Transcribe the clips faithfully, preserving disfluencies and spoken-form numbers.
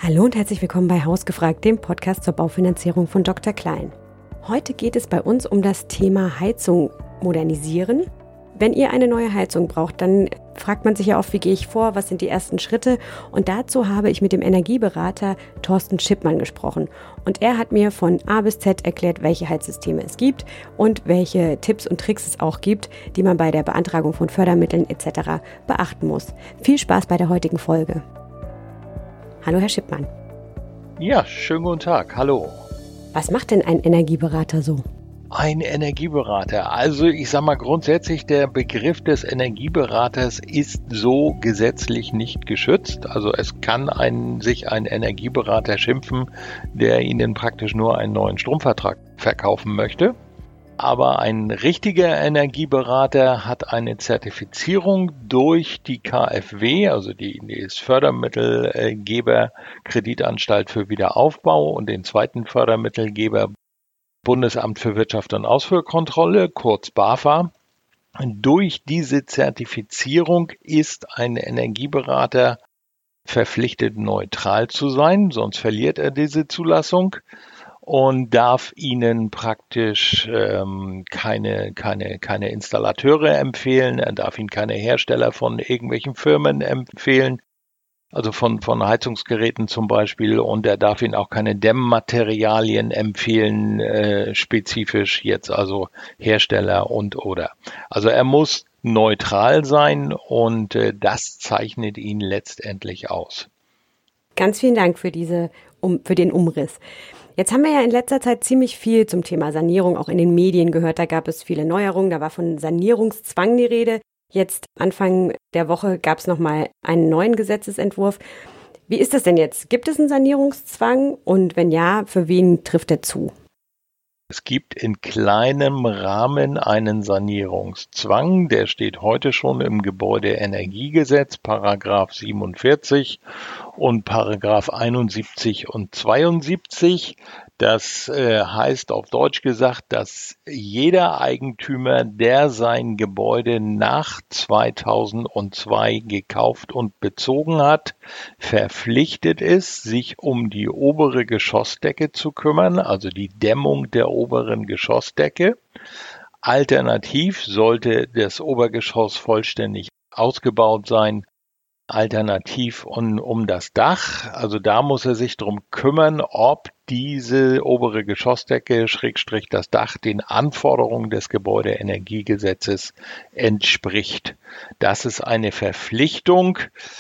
Hallo und herzlich willkommen bei Hausgefragt, dem Podcast zur Baufinanzierung von Doktor Klein. Heute geht es bei uns um das Thema Heizung modernisieren. Wenn ihr eine neue Heizung braucht, dann fragt man sich ja oft, wie gehe ich vor, was sind die ersten Schritte? Und dazu habe ich mit dem Energieberater Thorsten Schippmann gesprochen. Und er hat mir von A bis Z erklärt, welche Heizsysteme es gibt und welche Tipps und Tricks es auch gibt, die man bei der Beantragung von Fördermitteln et cetera beachten muss. Viel Spaß bei der heutigen Folge. Hallo Herr Schippmann. Ja, schönen guten Tag. Hallo. Was macht denn ein Energieberater so? Ein Energieberater. Also ich sage mal grundsätzlich, der Begriff des Energieberaters ist so gesetzlich nicht geschützt. Also es kann ein, sich ein Energieberater schimpfen, der Ihnen praktisch nur einen neuen Stromvertrag verkaufen möchte. Aber ein richtiger Energieberater hat eine Zertifizierung durch die K f W, also die, die ist Fördermittelgeber Kreditanstalt für Wiederaufbau, und den zweiten Fördermittelgeber Bundesamt für Wirtschaft und Ausfuhrkontrolle, kurz BAFA. Durch diese Zertifizierung ist ein Energieberater verpflichtet, neutral zu sein, sonst verliert er diese Zulassung. Und darf Ihnen praktisch ähm, keine, keine, keine Installateure empfehlen, er darf Ihnen keine Hersteller von irgendwelchen Firmen empfehlen, also von, von Heizungsgeräten zum Beispiel, und er darf Ihnen auch keine Dämmmaterialien empfehlen, äh, spezifisch jetzt also Hersteller und oder. Also er muss neutral sein und äh, das zeichnet ihn letztendlich aus. Ganz vielen Dank für diese, um, für den Umriss. Jetzt haben wir ja in letzter Zeit ziemlich viel zum Thema Sanierung auch in den Medien gehört. Da gab es viele Neuerungen, da war von Sanierungszwang die Rede. Jetzt Anfang der Woche gab es nochmal einen neuen Gesetzesentwurf. Wie ist das denn jetzt? Gibt es einen Sanierungszwang? Und wenn ja, für wen trifft er zu? Es gibt in kleinem Rahmen einen Sanierungszwang, der steht heute schon im Gebäudeenergiegesetz, Paragraph siebenundvierzig und Paragraph einundsiebzig und zweiundsiebzig. Das äh, heißt auf Deutsch gesagt, dass jeder Eigentümer, der sein Gebäude nach zweitausendzwei gekauft und bezogen hat, verpflichtet ist, sich um die obere Geschossdecke zu kümmern, also die Dämmung der oberen Geschossdecke. Alternativ sollte das Obergeschoss vollständig ausgebaut sein, alternativ um, um das Dach. Also da muss er sich drum kümmern, ob diese obere Geschossdecke, Schrägstrich das Dach, den Anforderungen des Gebäudeenergiegesetzes entspricht. Das ist eine Verpflichtung.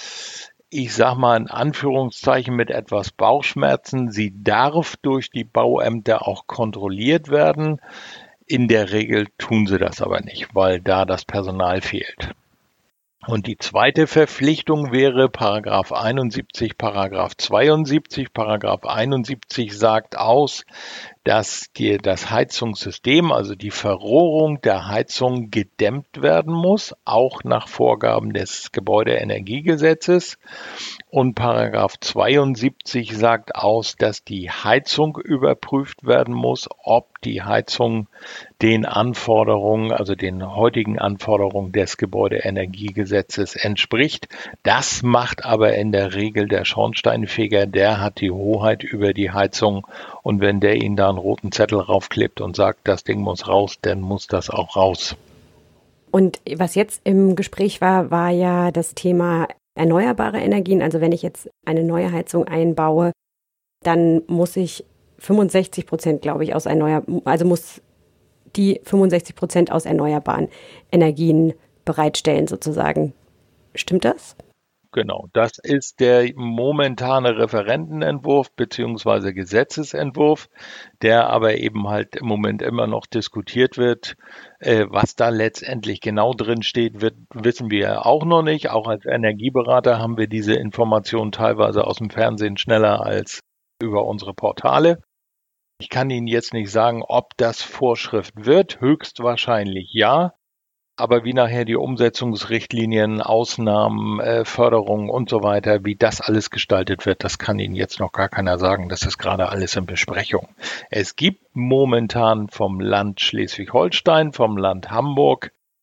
Ich sage mal in Anführungszeichen mit etwas Bauchschmerzen. Sie darf durch die Bauämter auch kontrolliert werden. In der Regel tun sie das aber nicht, weil da das Personal fehlt. Und die zweite Verpflichtung wäre Paragraph einundsiebzig, Paragraph zweiundsiebzig. Paragraph einundsiebzig sagt aus, dass die, das Heizungssystem, also die Verrohrung der Heizung gedämmt werden muss, auch nach Vorgaben des Gebäudeenergiegesetzes. Und Paragraph zweiundsiebzig sagt aus, dass die Heizung überprüft werden muss, ob die Heizung den Anforderungen, also den heutigen Anforderungen des Gebäudeenergiegesetzes entspricht. Das macht aber in der Regel der Schornsteinfeger, der hat die Hoheit über die Heizung, und wenn der Ihnen da einen roten Zettel raufklebt und sagt, das Ding muss raus, dann muss das auch raus. Und was jetzt im Gespräch war, war ja das Thema erneuerbare Energien. Also wenn ich jetzt eine neue Heizung einbaue, dann muss ich fünfundsechzig Prozent, glaube ich, aus erneuerbaren, also muss die fünfundsechzig Prozent aus erneuerbaren Energien bereitstellen sozusagen. Stimmt das? Genau, das ist der momentane Referentenentwurf bzw. Gesetzesentwurf, der aber eben halt im Moment immer noch diskutiert wird. Äh, was da letztendlich genau drin steht, wird, wissen wir auch noch nicht. Auch als Energieberater haben wir diese Informationen teilweise aus dem Fernsehen schneller als über unsere Portale. Ich kann Ihnen jetzt nicht sagen, ob das Vorschrift wird. Höchstwahrscheinlich ja. Aber wie nachher die Umsetzungsrichtlinien, Ausnahmen, äh, Förderungen und so weiter, wie das alles gestaltet wird, das kann Ihnen jetzt noch gar keiner sagen. Das ist gerade alles in Besprechung. Es gibt momentan vom Land Schleswig-Holstein, vom Land Hamburg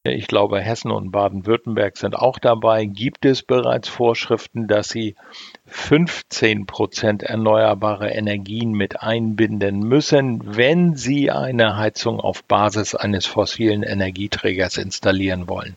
Ich glaube, Hessen und Baden-Württemberg sind auch dabei. Gibt es bereits Vorschriften, dass sie fünfzehn Prozent erneuerbare Energien mit einbinden müssen, wenn sie eine Heizung auf Basis eines fossilen Energieträgers installieren wollen?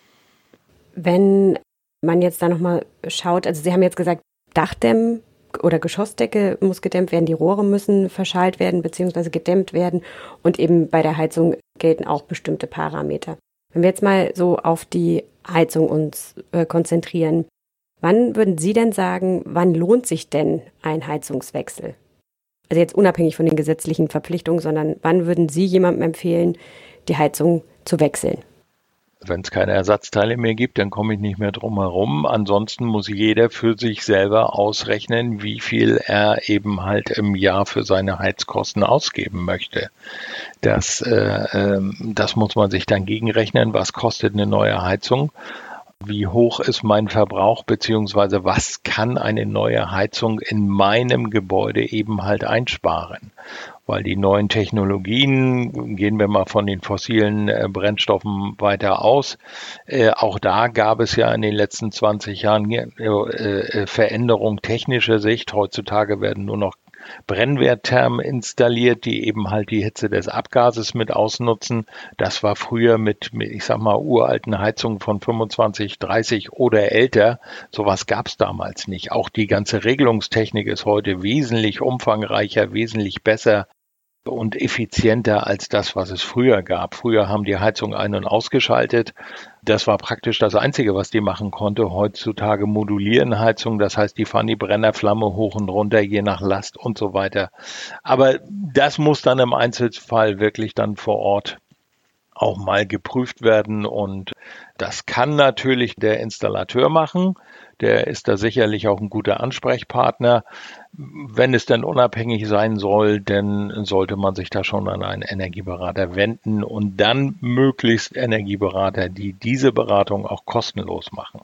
Wenn man jetzt da nochmal schaut, also Sie haben jetzt gesagt, Dachdämmen oder Geschossdecke muss gedämmt werden, die Rohre müssen verschalt werden bzw. gedämmt werden und eben bei der Heizung gelten auch bestimmte Parameter. Wenn wir jetzt mal so auf die Heizung uns äh, konzentrieren, wann würden Sie denn sagen, wann lohnt sich denn ein Heizungswechsel? Also jetzt unabhängig von den gesetzlichen Verpflichtungen, sondern wann würden Sie jemandem empfehlen, die Heizung zu wechseln? Wenn es keine Ersatzteile mehr gibt, dann komme ich nicht mehr drum herum. Ansonsten muss jeder für sich selber ausrechnen, wie viel er eben halt im Jahr für seine Heizkosten ausgeben möchte. Das, äh, das muss man sich dann gegenrechnen. Was kostet eine neue Heizung? Wie hoch ist mein Verbrauch, beziehungsweise was kann eine neue Heizung in meinem Gebäude eben halt einsparen? Weil die neuen Technologien, gehen wir mal von den fossilen äh, Brennstoffen weiter aus, äh, auch da gab es ja in den letzten zwanzig Jahren äh, äh, Veränderung technischer Sicht. Heutzutage werden nur noch Brennwertthermen installiert, die eben halt die Hitze des Abgases mit ausnutzen. Das war früher mit, mit ich sag mal, uralten Heizungen von fünfundzwanzig, dreißig oder älter. Sowas gab es damals nicht. Auch die ganze Regelungstechnik ist heute wesentlich umfangreicher, wesentlich besser und effizienter als das, was es früher gab. Früher haben die Heizung ein- und ausgeschaltet. Das war praktisch das Einzige, was die machen konnte. Heutzutage modulieren Heizungen, das heißt, die fahren die Brennerflamme hoch und runter, je nach Last und so weiter. Aber das muss dann im Einzelfall wirklich dann vor Ort auch mal geprüft werden und das kann natürlich der Installateur machen. Der ist da sicherlich auch ein guter Ansprechpartner. Wenn es denn unabhängig sein soll, dann sollte man sich da schon an einen Energieberater wenden und dann möglichst Energieberater, die diese Beratung auch kostenlos machen.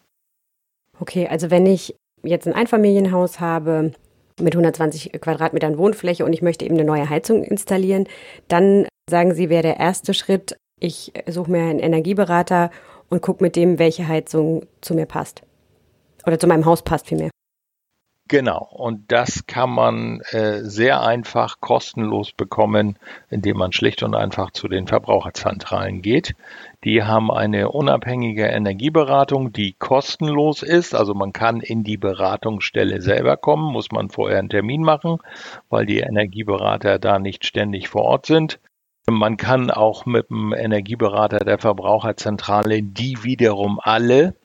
Okay, also wenn ich jetzt ein Einfamilienhaus habe mit hundertzwanzig Quadratmetern Wohnfläche und ich möchte eben eine neue Heizung installieren, dann sagen Sie, wäre der erste Schritt, ich suche mir einen Energieberater und gucke mit dem, welche Heizung zu mir passt. Oder zu meinem Haus passt vielmehr. Genau, und das kann man äh, sehr einfach kostenlos bekommen, indem man schlicht und einfach zu den Verbraucherzentralen geht. Die haben eine unabhängige Energieberatung, die kostenlos ist. Also man kann in die Beratungsstelle selber kommen, muss man vorher einen Termin machen, weil die Energieberater da nicht ständig vor Ort sind. Man kann auch mit dem Energieberater der Verbraucherzentrale, die wiederum alle,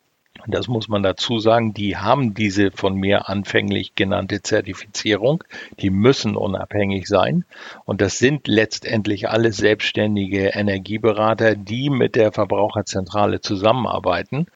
das muss man dazu sagen, die haben diese von mir anfänglich genannte Zertifizierung. Die müssen unabhängig sein. Und das sind letztendlich alles selbstständige Energieberater, die mit der Verbraucherzentrale zusammenarbeiten.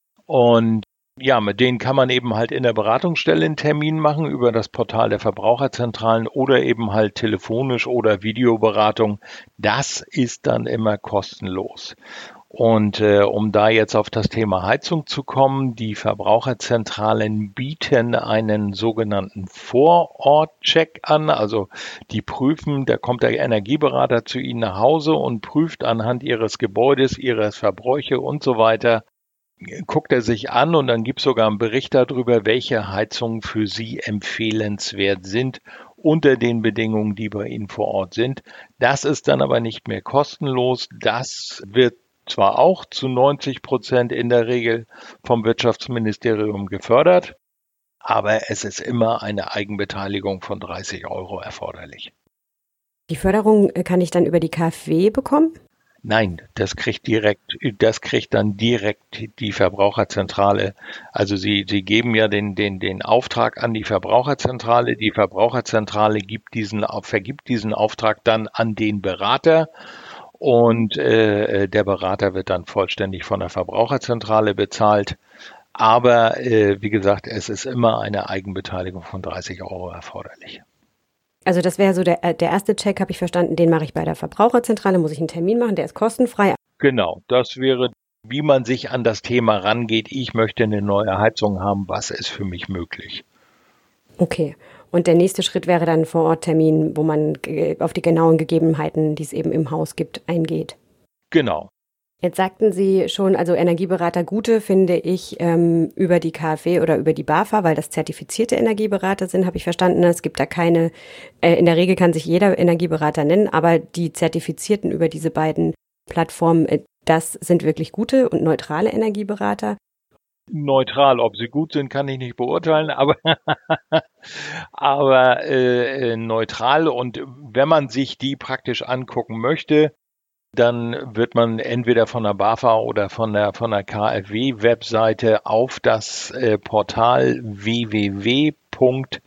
Und ja, mit denen kann man eben halt in der Beratungsstelle einen Termin machen über das Portal der Verbraucherzentralen oder eben halt telefonisch oder Videoberatung. Das ist dann immer kostenlos. Und äh, um da jetzt auf das Thema Heizung zu kommen, die Verbraucherzentralen bieten einen sogenannten Vorortcheck an. Also die prüfen, da kommt der Energieberater zu Ihnen nach Hause und prüft anhand Ihres Gebäudes, Ihres Verbräuche und so weiter, guckt er sich an und dann gibt es sogar einen Bericht darüber, welche Heizungen für Sie empfehlenswert sind unter den Bedingungen, die bei Ihnen vor Ort sind. Das ist dann aber nicht mehr kostenlos. Das wird zwar auch zu neunzig Prozent in der Regel vom Wirtschaftsministerium gefördert, aber es ist immer eine Eigenbeteiligung von dreißig Euro erforderlich. Die Förderung kann ich dann über die KfW bekommen? Nein, das kriegt direkt, das kriegt dann direkt die Verbraucherzentrale. Also Sie, Sie geben ja den, den, den Auftrag an die Verbraucherzentrale. Die Verbraucherzentrale gibt diesen, vergibt diesen Auftrag dann an den Berater. Und äh, der Berater wird dann vollständig von der Verbraucherzentrale bezahlt. Aber äh, wie gesagt, es ist immer eine Eigenbeteiligung von dreißig Euro erforderlich. Also das wäre so der, der erste Check, habe ich verstanden, den mache ich bei der Verbraucherzentrale, muss ich einen Termin machen, der ist kostenfrei. Genau, das wäre, wie man sich an das Thema rangeht. Ich möchte eine neue Heizung haben, was ist für mich möglich? Okay. Und der nächste Schritt wäre dann ein Vororttermin, wo man auf die genauen Gegebenheiten, die es eben im Haus gibt, eingeht. Genau. Jetzt sagten Sie schon, also Energieberater gute finde ich ähm, über die K f W oder über die BAFA, weil das zertifizierte Energieberater sind, habe ich verstanden. Es gibt da keine, äh, in der Regel kann sich jeder Energieberater nennen, aber die Zertifizierten über diese beiden Plattformen, äh, das sind wirklich gute und neutrale Energieberater. Neutral, ob sie gut sind, kann ich nicht beurteilen, aber, aber äh, neutral. Und wenn man sich die praktisch angucken möchte, dann wird man entweder von der BAFA oder von der von der K f W-Webseite auf das äh, Portal w w w punkt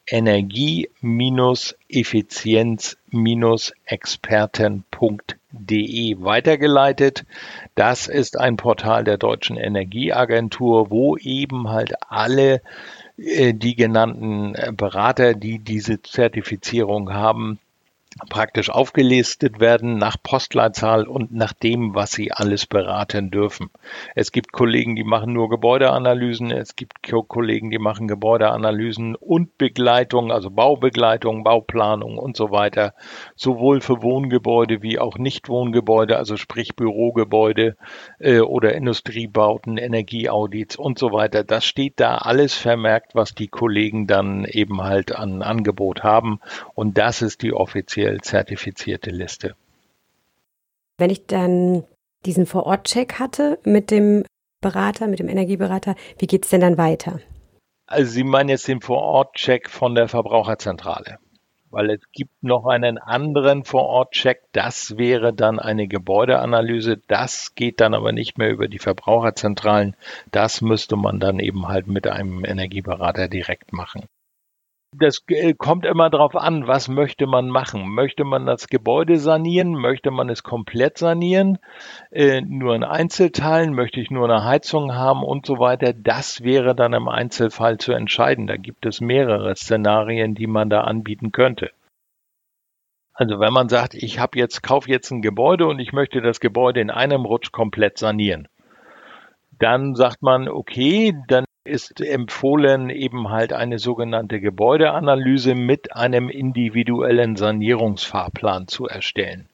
energie-effizienz experten punkt de weitergeleitet. Das ist ein Portal der Deutschen Energieagentur, wo eben halt alle äh, die genannten Berater, die diese Zertifizierung haben, praktisch aufgelistet werden nach Postleitzahl und nach dem, was sie alles beraten dürfen. Es gibt Kollegen, die machen nur Gebäudeanalysen, es gibt Kollegen, die machen Gebäudeanalysen und Begleitung, also Baubegleitung, Bauplanung und so weiter, sowohl für Wohngebäude wie auch Nichtwohngebäude, also sprich Bürogebäude äh, oder Industriebauten, Energieaudits und so weiter. Das steht da alles vermerkt, was die Kollegen dann eben halt an Angebot haben, und das ist die offizielle zertifizierte Liste. Wenn ich dann diesen Vor-Ort-Check hatte mit dem Berater, mit dem Energieberater, wie geht es denn dann weiter? Also Sie meinen jetzt den Vor-Ort-Check von der Verbraucherzentrale, weil es gibt noch einen anderen Vor-Ort-Check, das wäre dann eine Gebäudeanalyse, das geht dann aber nicht mehr über die Verbraucherzentralen, das müsste man dann eben halt mit einem Energieberater direkt machen. Das kommt immer darauf an, was möchte man machen. Möchte man das Gebäude sanieren? Möchte man es komplett sanieren? Äh, nur in Einzelteilen? Möchte ich nur eine Heizung haben und so weiter? Das wäre dann im Einzelfall zu entscheiden. Da gibt es mehrere Szenarien, die man da anbieten könnte. Also wenn man sagt, ich habe jetzt, kaufe jetzt ein Gebäude und ich möchte das Gebäude in einem Rutsch komplett sanieren, dann sagt man, okay, dann ist empfohlen, eben halt eine sogenannte Gebäudeanalyse mit einem individuellen Sanierungsfahrplan zu erstellen.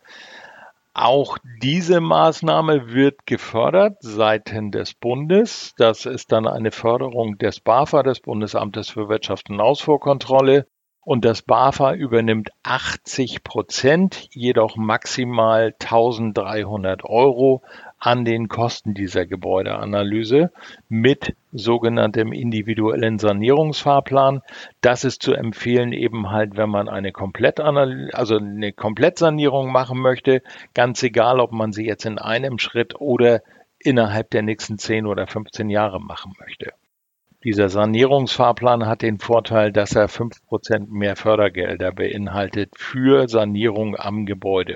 Auch diese Maßnahme wird gefördert seitens des Bundes. Das ist dann eine Förderung des BAFA, des Bundesamtes für Wirtschaft und Ausfuhrkontrolle. Und das BAFA übernimmt achtzig Prozent, jedoch maximal eintausenddreihundert Euro an den Kosten dieser Gebäudeanalyse mit sogenanntem individuellen Sanierungsfahrplan. Das ist zu empfehlen eben halt, wenn man eine Komplettanalyse, also eine Komplettsanierung machen möchte, ganz egal, ob man sie jetzt in einem Schritt oder innerhalb der nächsten zehn oder fünfzehn Jahre machen möchte. Dieser Sanierungsfahrplan hat den Vorteil, dass er fünf Prozent mehr Fördergelder beinhaltet für Sanierung am Gebäude.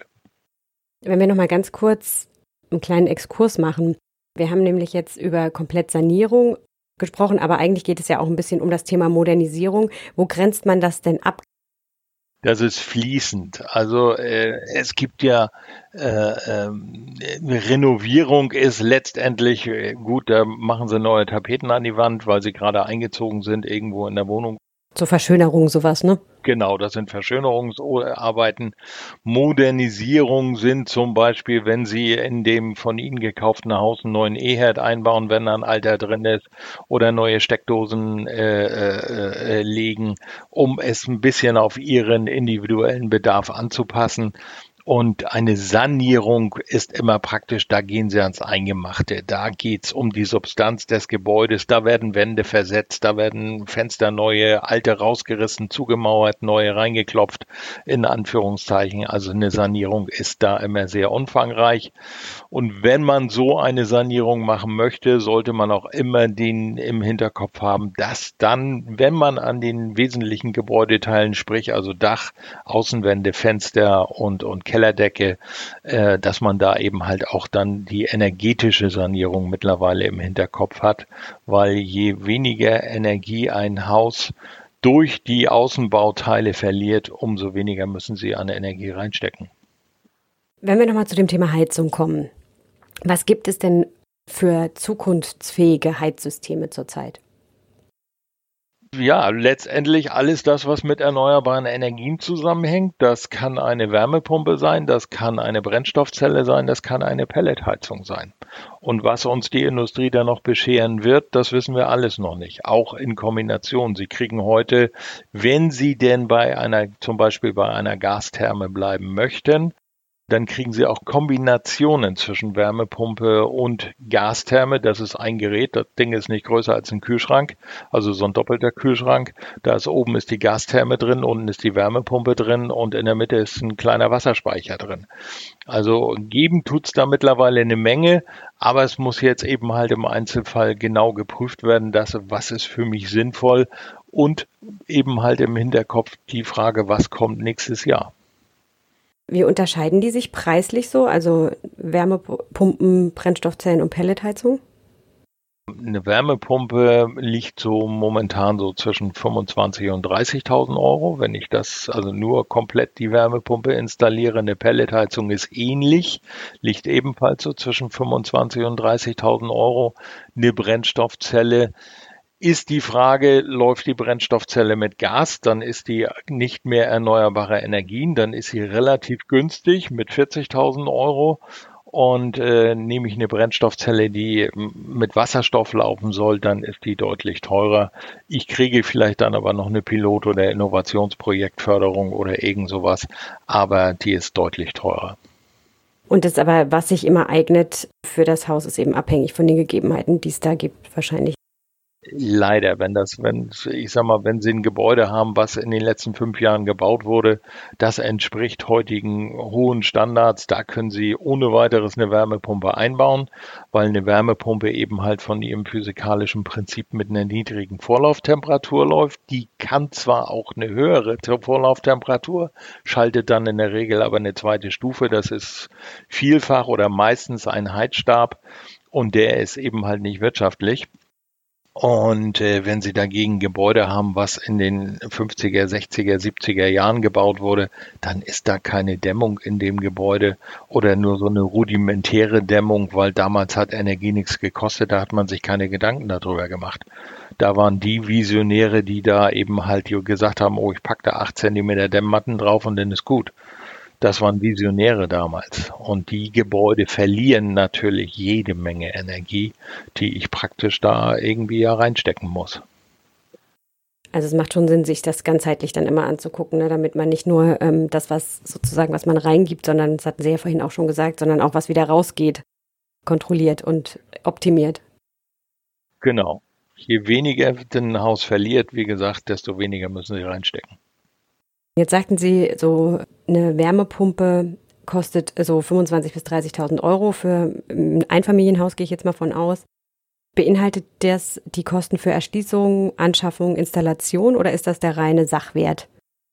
Wenn wir noch mal ganz kurz einen kleinen Exkurs machen. Wir haben nämlich jetzt über Komplettsanierung gesprochen, aber eigentlich geht es ja auch ein bisschen um das Thema Modernisierung. Wo grenzt man das denn ab? Das ist fließend. Also äh, es gibt ja äh, äh, Renovierung ist letztendlich äh, gut, da machen sie neue Tapeten an die Wand, weil sie gerade eingezogen sind irgendwo in der Wohnung. Zur Verschönerung sowas, ne? Genau, das sind Verschönerungsarbeiten. Modernisierung sind zum Beispiel, wenn Sie in dem von Ihnen gekauften Haus einen neuen E-Herd einbauen, wenn da ein alter drin ist, oder neue Steckdosen äh, äh, legen, um es ein bisschen auf Ihren individuellen Bedarf anzupassen. Und eine Sanierung ist immer praktisch, da gehen Sie ans Eingemachte. Da geht's um die Substanz des Gebäudes. Da werden Wände versetzt, da werden Fenster neue, alte rausgerissen, zugemauert, neue reingeklopft, in Anführungszeichen. Also eine Sanierung ist da immer sehr umfangreich. Und wenn man so eine Sanierung machen möchte, sollte man auch immer den im Hinterkopf haben, dass dann, wenn man an den wesentlichen Gebäudeteilen, sprich also Dach, Außenwände, Fenster und, und Kellerdecke, äh, dass man da eben halt auch dann die energetische Sanierung mittlerweile im Hinterkopf hat, weil je weniger Energie ein Haus durch die Außenbauteile verliert, umso weniger müssen sie an Energie reinstecken. Wenn wir nochmal zu dem Thema Heizung kommen, was gibt es denn für zukunftsfähige Heizsysteme zurzeit? Ja, letztendlich alles das, was mit erneuerbaren Energien zusammenhängt. Das kann eine Wärmepumpe sein, das kann eine Brennstoffzelle sein, das kann eine Pelletheizung sein. Und was uns die Industrie dann noch bescheren wird, das wissen wir alles noch nicht. Auch in Kombination. Sie kriegen heute, wenn Sie denn bei einer, zum Beispiel bei einer Gastherme bleiben möchten, dann kriegen Sie auch Kombinationen zwischen Wärmepumpe und Gastherme. Das ist ein Gerät, das Ding ist nicht größer als ein Kühlschrank, also so ein doppelter Kühlschrank. Da ist oben ist die Gastherme drin, unten ist die Wärmepumpe drin und in der Mitte ist ein kleiner Wasserspeicher drin. Also geben tut's da mittlerweile eine Menge, aber es muss jetzt eben halt im Einzelfall genau geprüft werden, dass, was ist für mich sinnvoll und eben halt im Hinterkopf die Frage, was kommt nächstes Jahr. Wie unterscheiden die sich preislich so, also Wärmepumpen, Brennstoffzellen und Pelletheizung? Eine Wärmepumpe liegt so momentan so zwischen fünfundzwanzigtausend und dreißigtausend Euro. Wenn ich das also nur komplett die Wärmepumpe installiere, eine Pelletheizung ist ähnlich, liegt ebenfalls so zwischen fünfundzwanzigtausend und dreißigtausend Euro. Eine Brennstoffzelle ist die Frage, läuft die Brennstoffzelle mit Gas, dann ist die nicht mehr erneuerbare Energien, dann ist sie relativ günstig mit vierzigtausend Euro. Und äh, nehme ich eine Brennstoffzelle, die mit Wasserstoff laufen soll, dann ist die deutlich teurer. Ich kriege vielleicht dann aber noch eine Pilot- oder Innovationsprojektförderung oder irgend sowas, aber die ist deutlich teurer. Und das aber, was sich immer eignet für das Haus, ist eben abhängig von den Gegebenheiten, die es da gibt, wahrscheinlich. Leider, wenn das, wenn, ich sag mal, wenn Sie ein Gebäude haben, was in den letzten fünf Jahren gebaut wurde, das entspricht heutigen hohen Standards, da können Sie ohne weiteres eine Wärmepumpe einbauen, weil eine Wärmepumpe eben halt von ihrem physikalischen Prinzip mit einer niedrigen Vorlauftemperatur läuft. Die kann zwar auch eine höhere Vorlauftemperatur, schaltet dann in der Regel aber eine zweite Stufe, das ist vielfach oder meistens ein Heizstab und der ist eben halt nicht wirtschaftlich. Und äh, wenn Sie dagegen Gebäude haben, was in den fünfziger, sechziger, siebziger Jahren gebaut wurde, dann ist da keine Dämmung in dem Gebäude oder nur so eine rudimentäre Dämmung, weil damals hat Energie nichts gekostet, da hat man sich keine Gedanken darüber gemacht. Da waren die Visionäre, die da eben halt gesagt haben, oh, ich packe da acht Zentimeter Dämmmatten drauf und dann ist gut. Das waren Visionäre damals. Und die Gebäude verlieren natürlich jede Menge Energie, die ich praktisch da irgendwie ja reinstecken muss. Also es macht schon Sinn, sich das ganzheitlich dann immer anzugucken, ne, damit man nicht nur ähm, das, was sozusagen, was man reingibt, sondern, das hatten Sie ja vorhin auch schon gesagt, sondern auch, was wieder rausgeht, kontrolliert und optimiert. Genau. Je weniger ein Haus verliert, wie gesagt, desto weniger müssen Sie reinstecken. Jetzt sagten Sie, so eine Wärmepumpe kostet so fünfundzwanzigtausend bis dreißigtausend Euro für ein Einfamilienhaus, gehe ich jetzt mal von aus. Beinhaltet das die Kosten für Erschließung, Anschaffung, Installation oder ist das der reine Sachwert?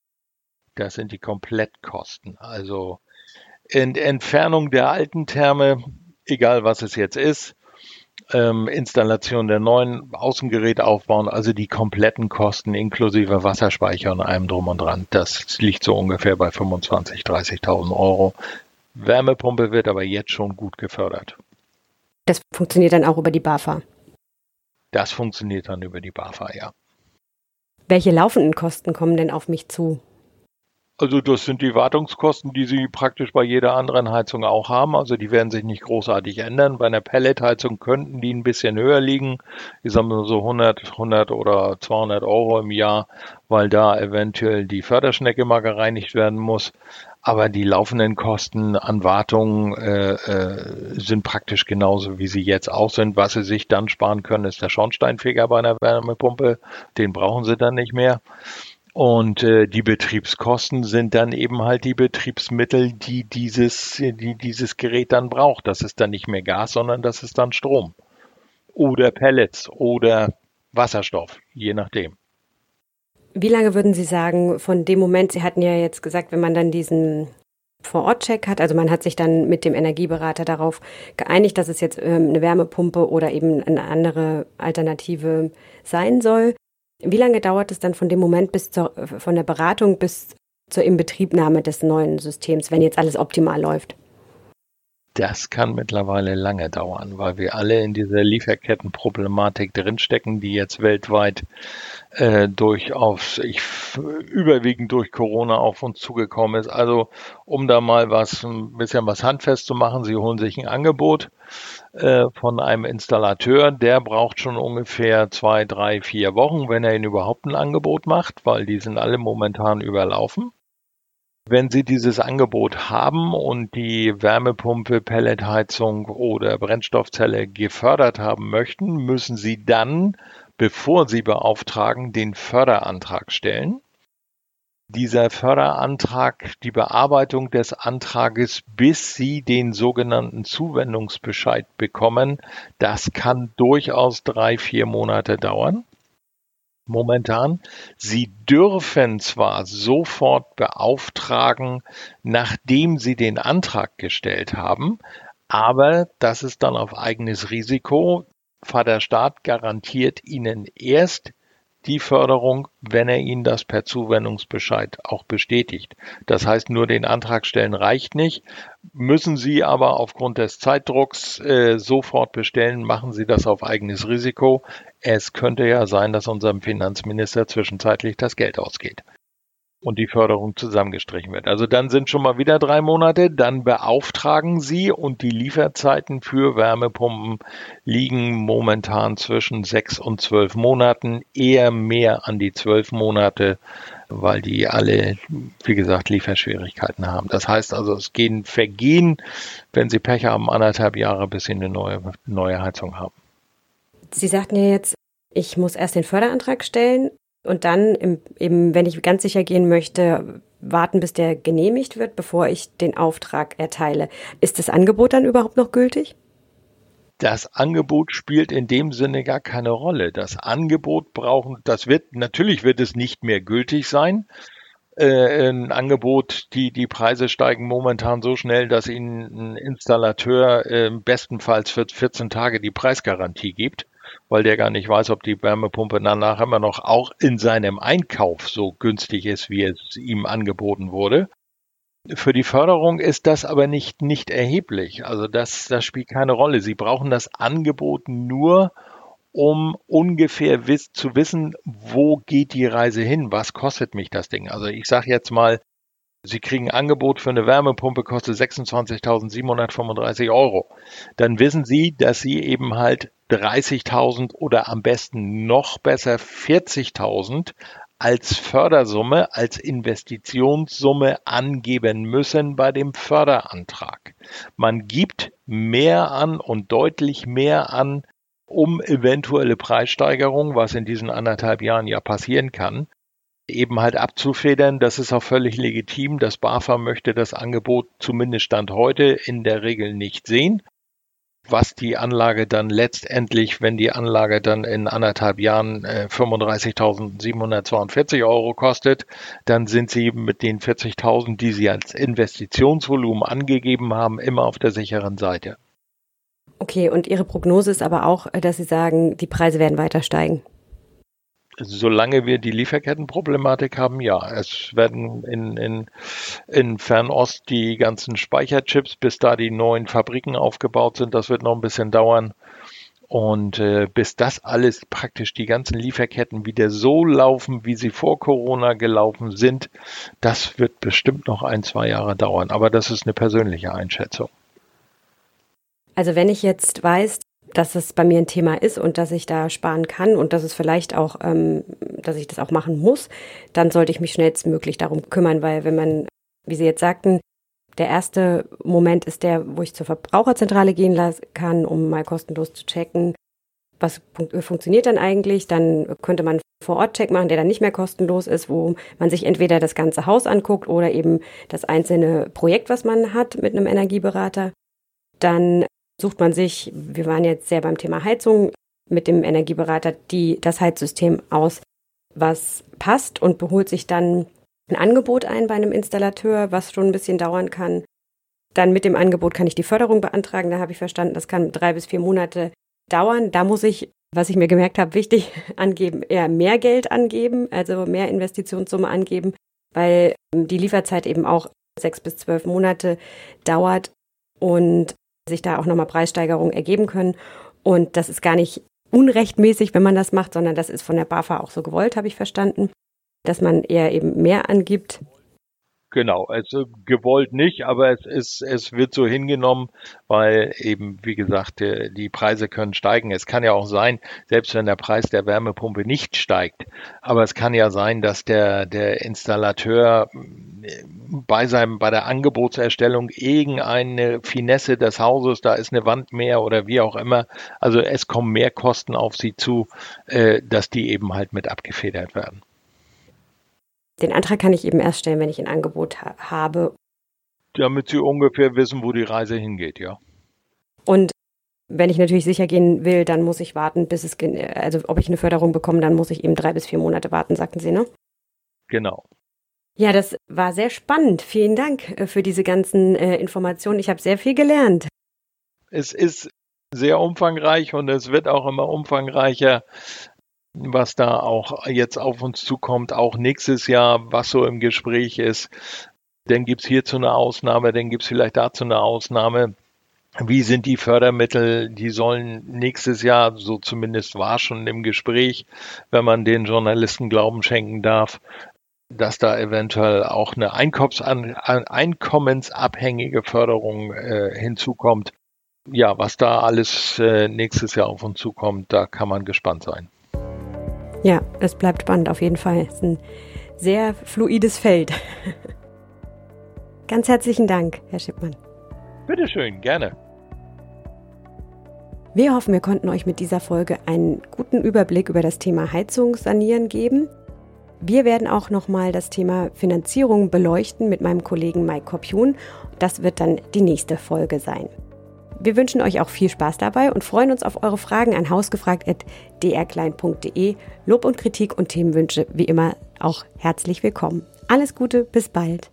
Das sind die Komplettkosten. Also in Entfernung der alten Therme, egal was es jetzt ist, Ähm, Installation der neuen Außengeräte aufbauen, also die kompletten Kosten inklusive Wasserspeicher und allem drum und dran. Das liegt so ungefähr bei fünfundzwanzigtausend, dreißigtausend Euro. Wärmepumpe wird aber jetzt schon gut gefördert. Das funktioniert dann auch über die BAFA? Das funktioniert dann über die BAFA, ja. Welche laufenden Kosten kommen denn auf mich zu? Also das sind die Wartungskosten, die Sie praktisch bei jeder anderen Heizung auch haben. Also die werden sich nicht großartig ändern. Bei einer Pelletheizung könnten die ein bisschen höher liegen. Ich sage mal so hundert, hundert oder zweihundert Euro im Jahr, weil da eventuell die Förderschnecke mal gereinigt werden muss. Aber die laufenden Kosten an Wartung äh, äh, sind praktisch genauso, wie sie jetzt auch sind. Was Sie sich dann sparen können, ist der Schornsteinfeger bei einer Wärmepumpe. Den brauchen Sie dann nicht mehr. Und äh, die Betriebskosten sind dann eben halt die Betriebsmittel, die dieses, die dieses Gerät dann braucht. Das ist dann nicht mehr Gas, sondern das ist dann Strom oder Pellets oder Wasserstoff, je nachdem. Wie lange würden Sie sagen, von dem Moment, Sie hatten ja jetzt gesagt, wenn man dann diesen Vor-Ort-Check hat, also man hat sich dann mit dem Energieberater darauf geeinigt, dass es jetzt ähm, eine Wärmepumpe oder eben eine andere Alternative sein soll. Wie lange dauert es dann von dem Moment bis zur, von der Beratung bis zur Inbetriebnahme des neuen Systems, wenn jetzt alles optimal läuft? Das kann mittlerweile lange dauern, weil wir alle in dieser Lieferkettenproblematik drinstecken, die jetzt weltweit äh, durchaus ich, überwiegend durch Corona auf uns zugekommen ist. Also um da mal was, ein bisschen was handfest zu machen, Sie holen sich ein Angebot äh, von einem Installateur, der braucht schon ungefähr zwei, drei, vier Wochen, wenn er Ihnen überhaupt ein Angebot macht, weil die sind alle momentan überlaufen. Wenn Sie dieses Angebot haben und die Wärmepumpe, Pelletheizung oder Brennstoffzelle gefördert haben möchten, müssen Sie dann, bevor Sie beauftragen, den Förderantrag stellen. Dieser Förderantrag, die Bearbeitung des Antrages, bis Sie den sogenannten Zuwendungsbescheid bekommen, das kann durchaus drei, vier Monate dauern. Momentan. Sie dürfen zwar sofort beauftragen, nachdem Sie den Antrag gestellt haben, aber das ist dann auf eigenes Risiko. Vater Staat garantiert Ihnen erst die Förderung, wenn er Ihnen das per Zuwendungsbescheid auch bestätigt. Das heißt, nur den Antrag stellen reicht nicht. Müssen Sie aber aufgrund des Zeitdrucks äh, sofort bestellen, machen Sie das auf eigenes Risiko. Es könnte ja sein, dass unserem Finanzminister zwischenzeitlich das Geld ausgeht und die Förderung zusammengestrichen wird. Also dann sind schon mal wieder drei Monate, dann beauftragen Sie und die Lieferzeiten für Wärmepumpen liegen momentan zwischen sechs und zwölf Monaten, eher mehr an die zwölf Monate, weil die alle, wie gesagt, Lieferschwierigkeiten haben. Das heißt also, es gehen vergehen, wenn Sie Pech haben, anderthalb Jahre, bis Sie eine neue, neue Heizung haben. Sie sagten ja jetzt, ich muss erst den Förderantrag stellen. Und dann, im, eben, wenn ich ganz sicher gehen möchte, warten, bis der genehmigt wird, bevor ich den Auftrag erteile. Ist das Angebot dann überhaupt noch gültig? Das Angebot spielt in dem Sinne gar keine Rolle. Das Angebot brauchen, das wird, natürlich wird es nicht mehr gültig sein. Äh, ein Angebot, die, die Preise steigen momentan so schnell, dass Ihnen ein Installateur äh, bestenfalls für vierzehn Tage die Preisgarantie gibt, weil der gar nicht weiß, ob die Wärmepumpe danach immer noch auch in seinem Einkauf so günstig ist, wie es ihm angeboten wurde. Für die Förderung ist das aber nicht, nicht erheblich. Also das, das spielt keine Rolle. Sie brauchen das Angebot nur, um ungefähr wiss, zu wissen, wo geht die Reise hin, was kostet mich das Ding. Also ich sage jetzt mal, Sie kriegen ein Angebot für eine Wärmepumpe, kostet sechsundzwanzigtausendsiebenhundertfünfunddreißig Euro. Dann wissen Sie, dass Sie eben halt dreißigtausend oder am besten noch besser vierzigtausend als Fördersumme, als Investitionssumme angeben müssen bei dem Förderantrag. Man gibt mehr an und deutlich mehr an, um eventuelle Preissteigerungen, was in diesen anderthalb Jahren ja passieren kann, eben halt abzufedern. Das ist auch völlig legitim. Das BAFA möchte das Angebot zumindest Stand heute in der Regel nicht sehen. Was die Anlage dann letztendlich, wenn die Anlage dann in anderthalb Jahren äh, fünfunddreißigtausendsiebenhundertzweiundvierzig Euro kostet, dann sind Sie eben mit den vierzigtausend, die Sie als Investitionsvolumen angegeben haben, immer auf der sicheren Seite. Okay, und Ihre Prognose ist aber auch, dass Sie sagen, die Preise werden weiter steigen. Solange wir die Lieferkettenproblematik haben, ja. Es werden in, in, in Fernost die ganzen Speicherchips, bis da die neuen Fabriken aufgebaut sind, das wird noch ein bisschen dauern. Und äh, bis das alles praktisch, die ganzen Lieferketten wieder so laufen, wie sie vor Corona gelaufen sind, das wird bestimmt noch ein, zwei Jahre dauern. Aber das ist eine persönliche Einschätzung. Also wenn ich jetzt weiß, dass es bei mir ein Thema ist und dass ich da sparen kann und dass es vielleicht auch, ähm, dass ich das auch machen muss, dann sollte ich mich schnellstmöglich darum kümmern, weil wenn man, wie Sie jetzt sagten, der erste Moment ist der, wo ich zur Verbraucherzentrale gehen lassen kann, um mal kostenlos zu checken, was fun- funktioniert dann eigentlich. Dann könnte man einen Vor-Ort-Check machen, der dann nicht mehr kostenlos ist, wo man sich entweder das ganze Haus anguckt oder eben das einzelne Projekt, was man hat mit einem Energieberater. Dann sucht man sich, wir waren jetzt sehr beim Thema Heizung, mit dem Energieberater die, das Heizsystem aus, was passt und holt sich dann ein Angebot ein bei einem Installateur, was schon ein bisschen dauern kann. Dann mit dem Angebot kann ich die Förderung beantragen. Da habe ich verstanden, das kann drei bis vier Monate dauern. Da muss ich, was ich mir gemerkt habe, wichtig angeben, eher mehr Geld angeben, also mehr Investitionssumme angeben, weil die Lieferzeit eben auch sechs bis zwölf Monate dauert. Und sich da auch nochmal Preissteigerungen ergeben können. Und das ist gar nicht unrechtmäßig, wenn man das macht, sondern das ist von der BAFA auch so gewollt, habe ich verstanden, dass man eher eben mehr angibt. Genau, also gewollt nicht, aber es ist, es wird so hingenommen, weil eben, wie gesagt, die Preise können steigen. Es kann ja auch sein, selbst wenn der Preis der Wärmepumpe nicht steigt, aber es kann ja sein, dass der, der Installateur bei seinem, bei der Angebotserstellung irgendeine Finesse des Hauses, da ist eine Wand mehr oder wie auch immer, also es kommen mehr Kosten auf Sie zu, dass die eben halt mit abgefedert werden. Den Antrag kann ich eben erst stellen, wenn ich ein Angebot ha- habe. Damit Sie ungefähr wissen, wo die Reise hingeht, ja. Und wenn ich natürlich sicher gehen will, dann muss ich warten, bis es, also ob ich eine Förderung bekomme, dann muss ich eben drei bis vier Monate warten, sagten Sie, ne? Genau. Ja, das war sehr spannend. Vielen Dank für diese ganzen äh, Informationen. Ich habe sehr viel gelernt. Es ist sehr umfangreich und es wird auch immer umfangreicher, was da auch jetzt auf uns zukommt, auch nächstes Jahr, was so im Gespräch ist. Dann gibt's hierzu eine Ausnahme, dann gibt's vielleicht dazu eine Ausnahme. Wie sind die Fördermittel? Die sollen nächstes Jahr, so zumindest war schon im Gespräch, wenn man den Journalisten Glauben schenken darf, dass da eventuell auch eine Einkommens- einkommensabhängige Förderung äh, hinzukommt. Ja, was da alles äh, nächstes Jahr auf uns zukommt, da kann man gespannt sein. Ja, es bleibt spannend auf jeden Fall. Es ist ein sehr fluides Feld. Ganz herzlichen Dank, Herr Schippmann. Bitteschön, gerne. Wir hoffen, wir konnten euch mit dieser Folge einen guten Überblick über das Thema Heizungssanieren geben. Wir werden auch nochmal das Thema Finanzierung beleuchten mit meinem Kollegen Mike Kopjun. Das wird dann die nächste Folge sein. Wir wünschen euch auch viel Spaß dabei und freuen uns auf eure Fragen an hausgefragt at d r klein punkt d e. Lob und Kritik und Themenwünsche wie immer auch herzlich willkommen. Alles Gute, bis bald.